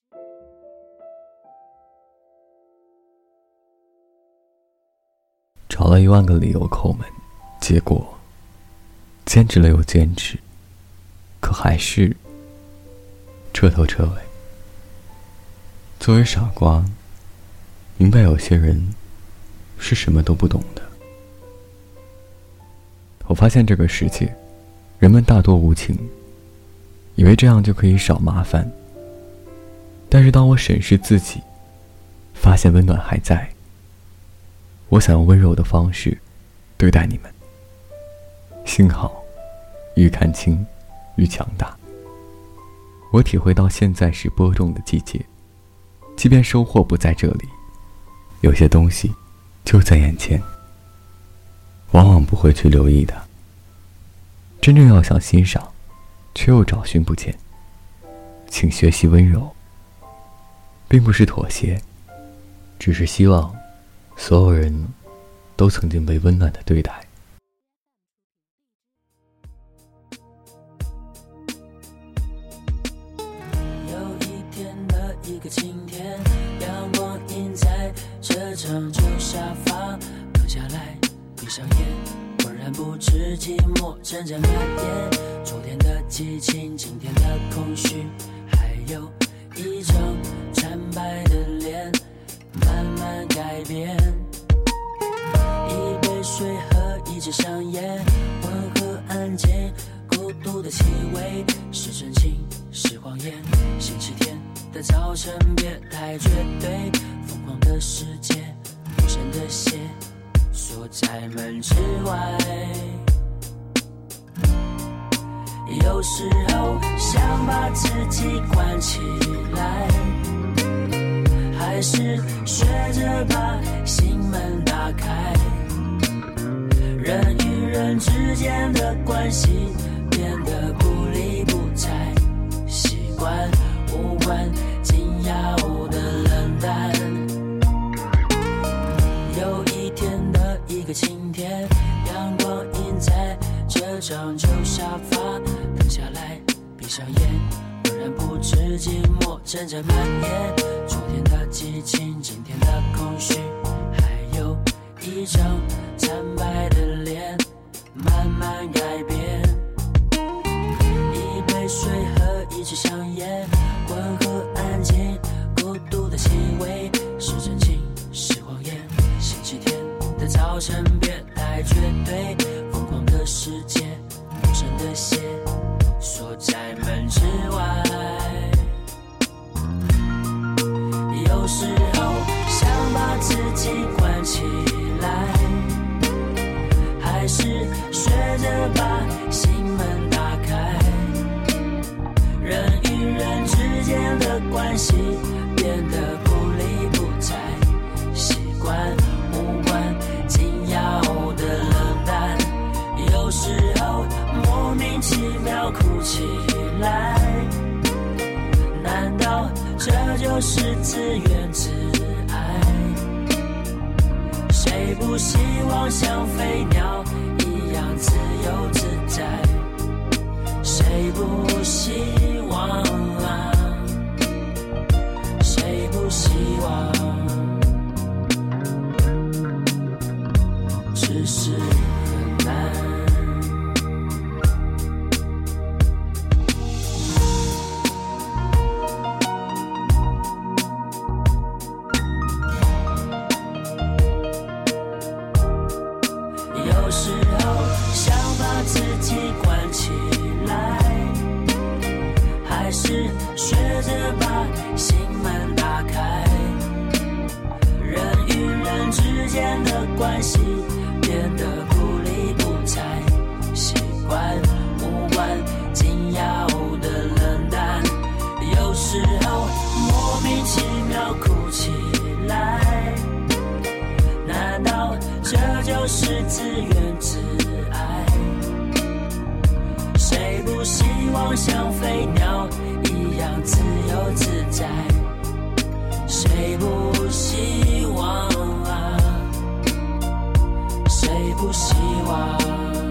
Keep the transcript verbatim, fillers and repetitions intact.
找了一万个理由抠门，结果坚持了又坚持，可还是彻头彻尾。作为傻瓜，明白有些人是什么都不懂的。我发现这个世界，人们大多无情，以为这样就可以少麻烦。但是当我审视自己，发现温暖还在，我想用温柔的方式对待你们。幸好愈看清愈强大。我体会到现在是播种的季节，即便收获不在这里，有些东西就在眼前，往往不会去留意它。真正要想欣赏，却又找寻不见。请学习温柔，并不是妥协，只是希望所有人都曾经被温暖的对待。 有一天的一个晴天，阳光映在这张旧沙发，躺下来闭上眼，浑然不知寂寞正在蔓延。昨天的激情，今天的空虚，还有一张惨白的脸，慢慢改变。一杯水和一支香烟，温和安静，孤独的气味，是真情是谎言。星期天的早晨别太绝对，疯狂的世界，陌生的鞋锁在门之外。有时候想把自己关起来，还是学着把心门打开。人与人之间的关系变得不理不睬，习惯无关紧要的冷淡。有一天的一个晴天，阳光映在这张旧沙发，躺下来闭上眼，浑然不知寂寞正在蔓延。昨天的激情，今天的空虚，还有一张惨白的脸，慢慢改变。一杯水和一支香烟，温和安静，孤独的气味，是真情是谎言。星期天的早晨别太绝对，疯狂的世界，陌生的鞋锁在门之外。有时候想把自己关起来，还是学着把心门打开。人与人之间的关系变得不理不睬，习惯无关紧要的冷淡。有时候莫名其妙哭起来，难道这就是自怨自艾？谁不希望像飞鸟一样自由自在？谁不希望啊？谁不希望？只是很难。有时候想把自己关起来，还是学着把心门打开。人与人之间的关系变得不理不睬，习惯无关紧要的冷淡。有时候莫名其妙哭起来，难道这就是自怨自艾？谁不希望像飞鸟一样自由自在？谁不希望啊？谁不希望？